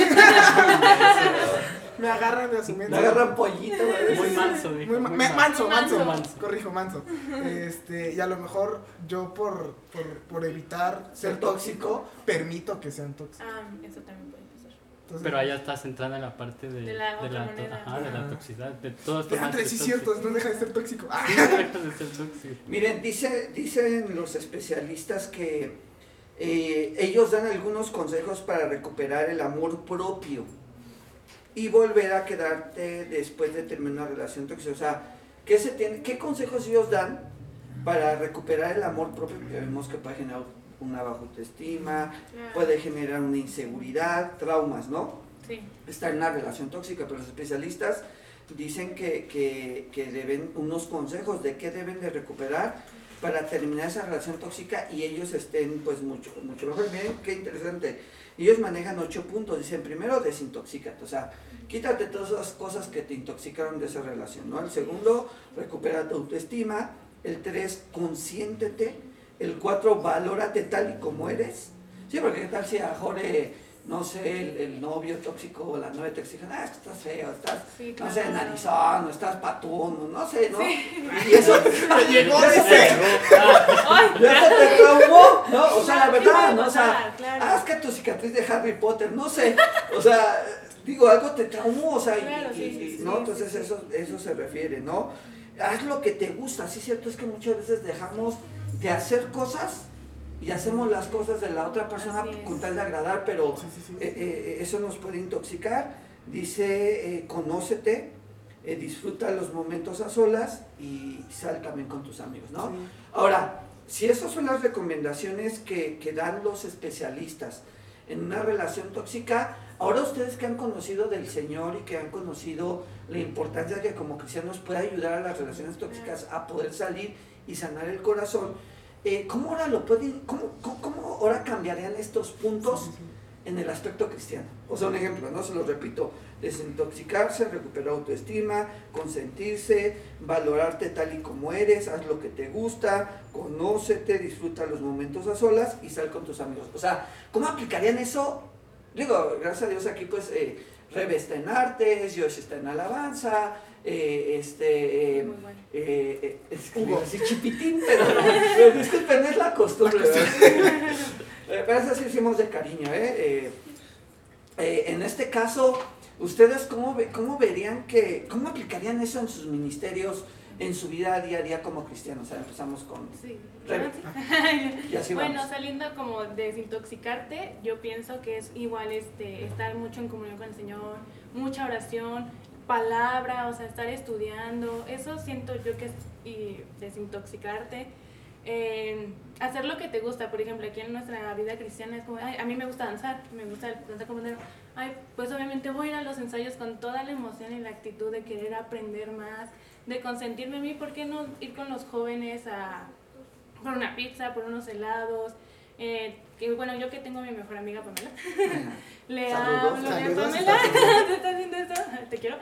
Me agarran de su mente. Me agarran pollito. Muy manso. Manso. Corrijo, manso. Y a lo mejor yo por evitar ser tóxico, permito que sean tóxicos. Eso también puede pasar. Entonces, pero allá estás entrando en la parte de la toxicidad, de todo esto. Sí, cierto, no deja de ser tóxico. Sí, no deja de ser tóxico. Miren, dicen los especialistas que ellos dan algunos consejos para recuperar el amor propio y volver a quedarte después de terminar una relación tóxica. O sea, ¿qué consejos ellos dan para recuperar el amor propio? Porque vemos que puede generar una baja autoestima, puede generar una inseguridad, traumas, ¿no? Sí. Estar en una relación tóxica, pero los especialistas dicen que deben unos consejos de qué deben de recuperar para terminar esa relación tóxica y ellos estén pues mucho mejor. Miren qué interesante, ellos manejan 8 puntos. Dicen, primero, desintoxícate, o sea, quítate todas esas cosas que te intoxicaron de esa relación, ¿no? El segundo, recupera tu autoestima. El 3, consiéntete. El 4, valórate tal y como eres. Sí, porque qué tal si a Jorge, no sé, el novio tóxico o la novia tóxica, es que estás feo, estás, no sé, narizón, no patún, no sé, ¿no? Sí. Y eso te llegó, ya se te traumó, ¿no? O sea, la verdad, ¿no? O sea, es que tu cicatriz de Harry Potter, no sé, o sea, digo, algo te traumó, o sea, ¿no? Entonces eso se refiere, ¿no? Haz lo que te gusta, sí, cierto, es que muchas veces dejamos de hacer cosas y hacemos las cosas de la otra persona con tal de agradar, pero eso nos puede intoxicar. Dice, conócete, disfruta los momentos a solas y sal también con tus amigos, ¿no? Sí. Ahora, si esas son las recomendaciones que dan los especialistas en una relación tóxica, ahora ustedes que han conocido del Señor y que han conocido la importancia que como cristianos puede ayudar a las relaciones tóxicas a poder salir y sanar el corazón, ¿cómo ahora cómo ahora cambiarían estos puntos en el aspecto cristiano? O sea, un ejemplo, ¿no? Se lo repito: desintoxicarse, recuperar autoestima, consentirse, valorarte tal y como eres, haz lo que te gusta, conócete, disfruta los momentos a solas y sal con tus amigos. O sea, ¿cómo aplicarían eso? Digo, gracias a Dios aquí pues Rebe está en artes, Josh está en alabanza, Hugo, así chipitín, pero disculpen, es la costumbre, pero eso sí hicimos de cariño, en este caso, ¿ustedes cómo verían cómo aplicarían eso en sus ministerios, en su vida día a día como cristianos? O sea, empezamos con Rebe. Y así bueno, vamos. Saliendo como desintoxicarte, yo pienso que es igual estar mucho en comunión con el Señor, mucha oración, palabra, o sea, estar estudiando, eso siento yo que es desintoxicarte. Hacer lo que te gusta, por ejemplo, aquí en nuestra vida cristiana es como, a mí me gusta danzar, me gusta danzar como pues obviamente voy a ir a los ensayos con toda la emoción y la actitud de querer aprender más, de consentirme a mí. ¿Por qué no ir con los jóvenes por una pizza, por unos helados? Que bueno, yo que tengo a mi mejor amiga Pamela, le hablo a Pamela, ¿te estás haciendo eso? Te quiero.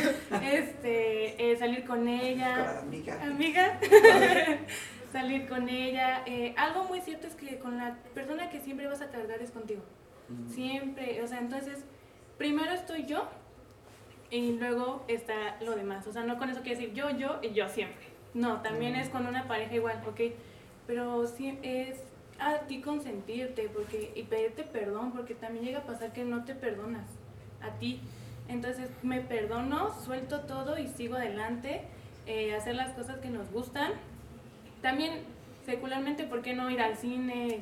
Salir con ella, amiga. Salir con ella. Algo muy cierto es que con la persona que siempre vas a cargar es contigo. Siempre, o sea, entonces, primero estoy yo y luego está lo demás. O sea, no con eso quiere decir yo y yo siempre. No, también es con una pareja igual, ¿ok? Pero sí es a ti consentirte y pedirte perdón, porque también llega a pasar que no te perdonas a ti. Entonces, me perdono, suelto todo y sigo adelante, hacer las cosas que nos gustan. También, secularmente, ¿por qué no ir al cine,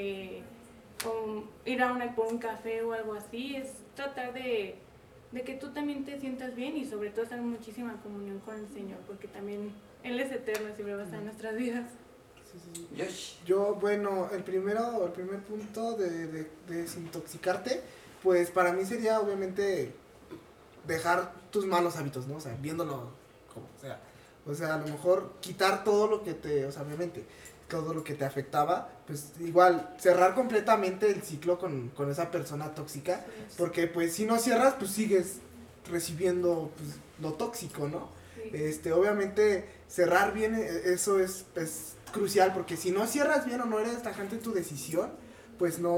o ir por un café o algo así? Es tratar de que tú también te sientas bien y sobre todo estar en muchísima comunión con el Señor, porque también Él es eterno y siempre va a estar en nuestras vidas. Sí. Yo, bueno, el primer punto de desintoxicarte, pues para mí sería obviamente dejar tus malos hábitos, ¿no? O sea, viéndolo como sea. O sea, a lo mejor quitar todo lo que obviamente, todo lo que te afectaba, pues igual, cerrar completamente el ciclo con esa persona tóxica, porque pues si no cierras, pues sigues recibiendo pues, lo tóxico, ¿no? Sí. Obviamente, cerrar bien, eso es crucial, porque si no cierras bien o no eres tajante en tu decisión, pues no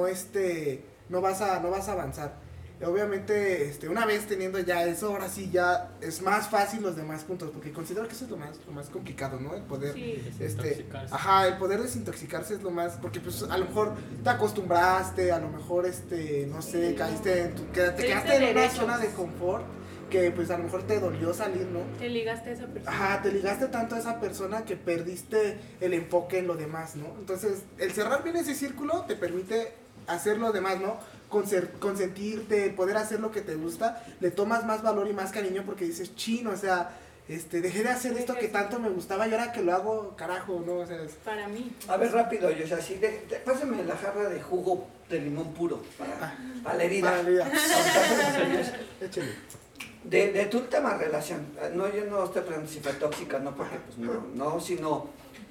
vas a avanzar. Obviamente, una vez teniendo ya eso, ahora sí ya es más fácil los demás puntos, porque considero que eso es lo más complicado, ¿no? El poder, desintoxicarse. El poder desintoxicarse es lo más, porque pues a lo mejor te acostumbraste, a lo mejor, no sé, caíste te quedaste en una zona de confort, que pues a lo mejor te dolió salir, ¿no? Te ligaste a esa persona. Ajá, te ligaste tanto a esa persona que perdiste el enfoque en lo demás, ¿no? Entonces, el cerrar bien ese círculo te permite hacer lo demás, ¿no? Consentirte, poder hacer lo que te gusta, le tomas más valor y más cariño porque dices, chino, o sea, dejé de hacer esto que tanto me gustaba y ahora que lo hago, carajo, ¿no? O sea, para mí. A ver, rápido, yo, o sea, así, pásame la jarra de jugo de limón puro para la herida. Para la herida. Échale. De tu última relación, no, yo no estoy preguntando si fue tóxica, no, porque pues no, sino,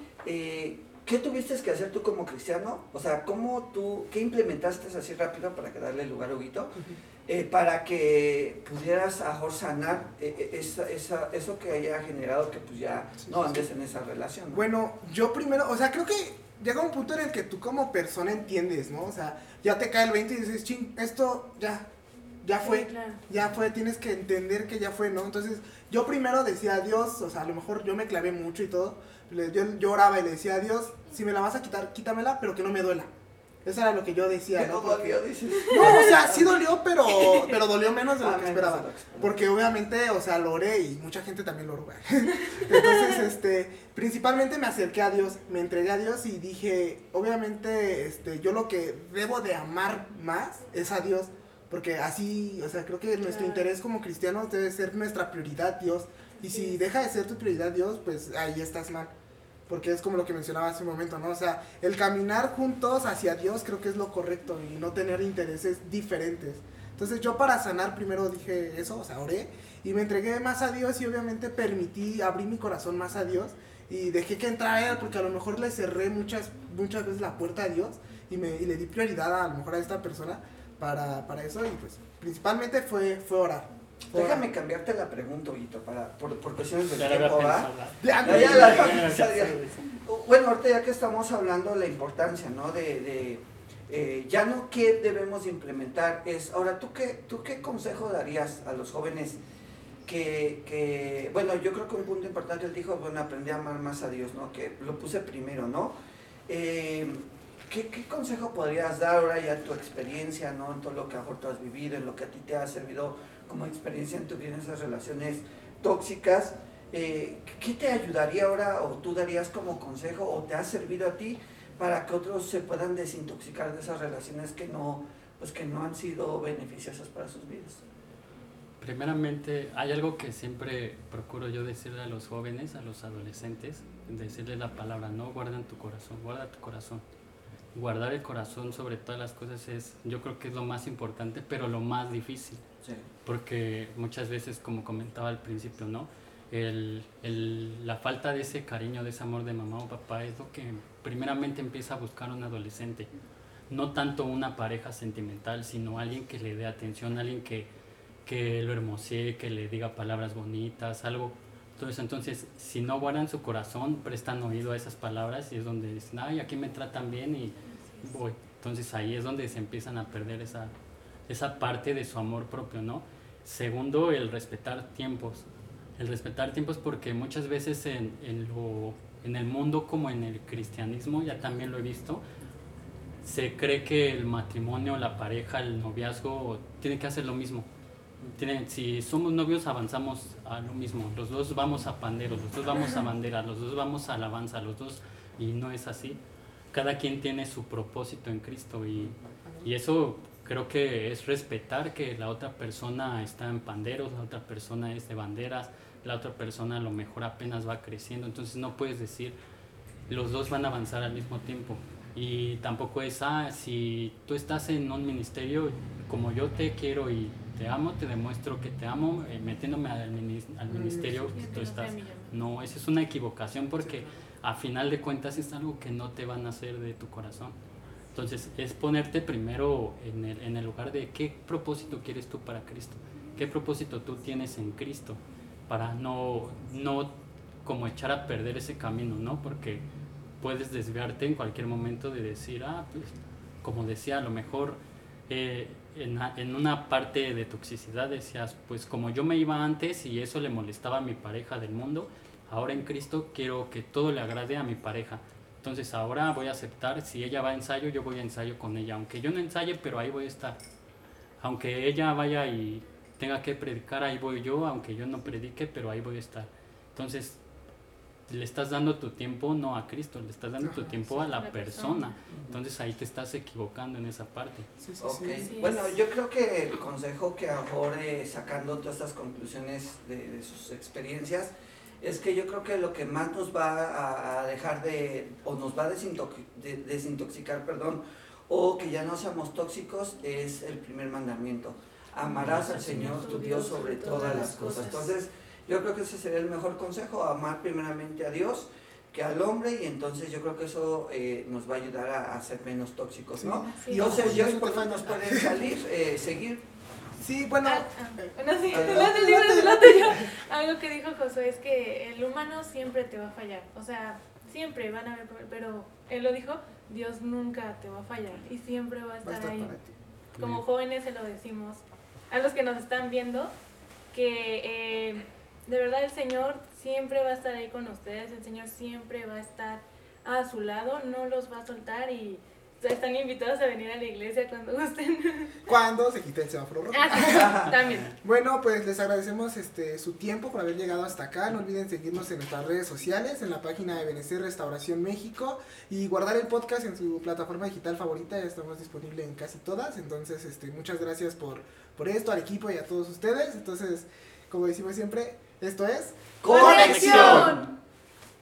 ¿qué tuviste que hacer tú como cristiano? O sea, ¿qué implementaste así rápido para que darle lugar a Huguito? Para que pudieras a mejor sanar eso que haya generado que pues ya no andes en esa relación, ¿no? Bueno, yo primero, o sea, creo que llega un punto en el que tú como persona entiendes, ¿no? O sea, ya te cae el 20 y dices, ching, esto ya fue, sí, claro. Ya fue, tienes que entender que ya fue, ¿no? Entonces, yo primero decía a Dios, o sea, a lo mejor yo me clavé mucho y todo, yo oraba y le decía a Dios, si me la vas a quitar, quítamela, pero que no me duela. Eso era lo que yo decía, ¿no? Dolió, dices. No, o sea, sí dolió, pero dolió menos de lo que esperaba. Porque obviamente, o sea, lo oré y mucha gente también lo oró. Entonces, principalmente me acerqué a Dios, me entregué a Dios y dije, obviamente, yo lo que debo de amar más es a Dios. Porque así, o sea, creo que nuestro interés como cristianos debe ser nuestra prioridad, Dios. Y si deja de ser tu prioridad, Dios, pues ahí estás mal. Porque es como lo que mencionaba hace un momento, ¿no? O sea, el caminar juntos hacia Dios creo que es lo correcto y no tener intereses diferentes. Entonces yo para sanar primero dije eso, o sea, oré y me entregué más a Dios y obviamente abrí mi corazón más a Dios y dejé que entrara Él porque a lo mejor le cerré muchas veces la puerta a Dios y le di prioridad a lo mejor a esta persona para eso y pues principalmente fue orar. Déjame cambiarte la pregunta, Huguito, por cuestiones de tiempo, Bueno, ahorita ya que estamos hablando de la importancia, ¿no? Ya no qué debemos implementar, ahora, ¿tú qué consejo darías a los jóvenes bueno, yo creo que un punto importante, él dijo, bueno, aprendí a amar más a Dios, ¿no? Que lo puse primero, ¿no? ¿Qué consejo podrías dar ahora ya tu experiencia, ¿no? En todo lo que a lo mejor tú has vivido, en lo que a ti te ha servido como experiencia en tu vida, en esas relaciones tóxicas, ¿qué te ayudaría ahora o tú darías como consejo o te ha servido a ti para que otros se puedan desintoxicar de esas relaciones que no han sido beneficiosas para sus vidas? Primeramente, hay algo que siempre procuro yo decirle a los jóvenes, a los adolescentes, decirles la palabra, no guarden tu corazón, guarda tu corazón. Guardar el corazón sobre todas las cosas yo creo que es lo más importante, pero lo más difícil. Sí. Porque muchas veces, como comentaba al principio, ¿no? La falta de ese cariño, de ese amor de mamá o papá es lo que primeramente empieza a buscar un adolescente. No tanto una pareja sentimental, sino alguien que le dé atención, alguien que lo hermosee, que le diga palabras bonitas, algo. Entonces, si no guardan su corazón, prestan oído a esas palabras y es donde dicen, ay, aquí me tratan bien y voy. Entonces ahí es donde se empiezan a perder esa parte de su amor propio, ¿no? Segundo, el respetar tiempos. El respetar tiempos porque muchas veces en el mundo como en el cristianismo, ya también lo he visto, se cree que el matrimonio, la pareja, el noviazgo tiene que hacer lo mismo. Si somos novios avanzamos a lo mismo, los dos vamos a panderos, los dos vamos a banderas, los dos vamos a alabanza, los dos, y no es así. Cada quien tiene su propósito en Cristo y eso creo que es respetar que la otra persona está en panderos, la otra persona es de banderas, la otra persona a lo mejor apenas va creciendo, entonces no puedes decir los dos van a avanzar al mismo tiempo. Y tampoco es, si tú estás en un ministerio, como yo te quiero y te amo, te demuestro que te amo, metiéndome al ministerio que tú estás. No, esa es una equivocación porque a final de cuentas es algo que no te van a hacer de tu corazón. Entonces es ponerte primero en el lugar de qué propósito quieres tú para Cristo, qué propósito tú tienes en Cristo, para no como echar a perder ese camino, ¿no? Porque puedes desviarte en cualquier momento de decir, pues, como decía, a lo mejor en una parte de toxicidad decías, pues como yo me iba antes y eso le molestaba a mi pareja del mundo, ahora en Cristo quiero que todo le agrade a mi pareja. Entonces ahora voy a aceptar, si ella va a ensayo, yo voy a ensayo con ella, aunque yo no ensaye, pero ahí voy a estar. Aunque ella vaya y tenga que predicar, ahí voy yo, aunque yo no predique, pero ahí voy a estar. Entonces le estás dando tu tiempo no a Cristo, le estás dando tu tiempo a la persona. Entonces ahí te estás equivocando en esa parte. Okay. Bueno, yo creo que el consejo que ahora sacando todas estas conclusiones de sus experiencias, es que yo creo que lo que más nos va a dejar o nos va a desintoxicar, o que ya no seamos tóxicos, es el primer mandamiento. Amarás al Señor tu Dios sobre todas las cosas. Entonces, yo creo que ese sería el mejor consejo, amar primeramente a Dios que al hombre, y entonces yo creo que eso nos va a ayudar a ser menos tóxicos, ¿no? Sí. Entonces, ¿por qué nos pueden seguir? Sí, bueno. Algo que dijo Josué es que el humano siempre te va a fallar, o sea, siempre van a haber, pero él lo dijo, Dios nunca te va a fallar y siempre va a estar ahí. Como jóvenes se lo decimos a los que nos están viendo, que de verdad el Señor siempre va a estar ahí con ustedes, el Señor siempre va a estar a su lado, no los va a soltar y están invitados a venir a la iglesia cuando gusten. Cuando se quite el semáforo rojo. También. Bueno, pues les agradecemos su tiempo por haber llegado hasta acá. No olviden seguirnos en nuestras redes sociales, en la página de Benecer Restauración México, y guardar el podcast en su plataforma digital favorita. Ya estamos disponibles en casi todas. Entonces, muchas gracias por esto, al equipo y a todos ustedes. Entonces, como decimos siempre, esto es ¡Conexión!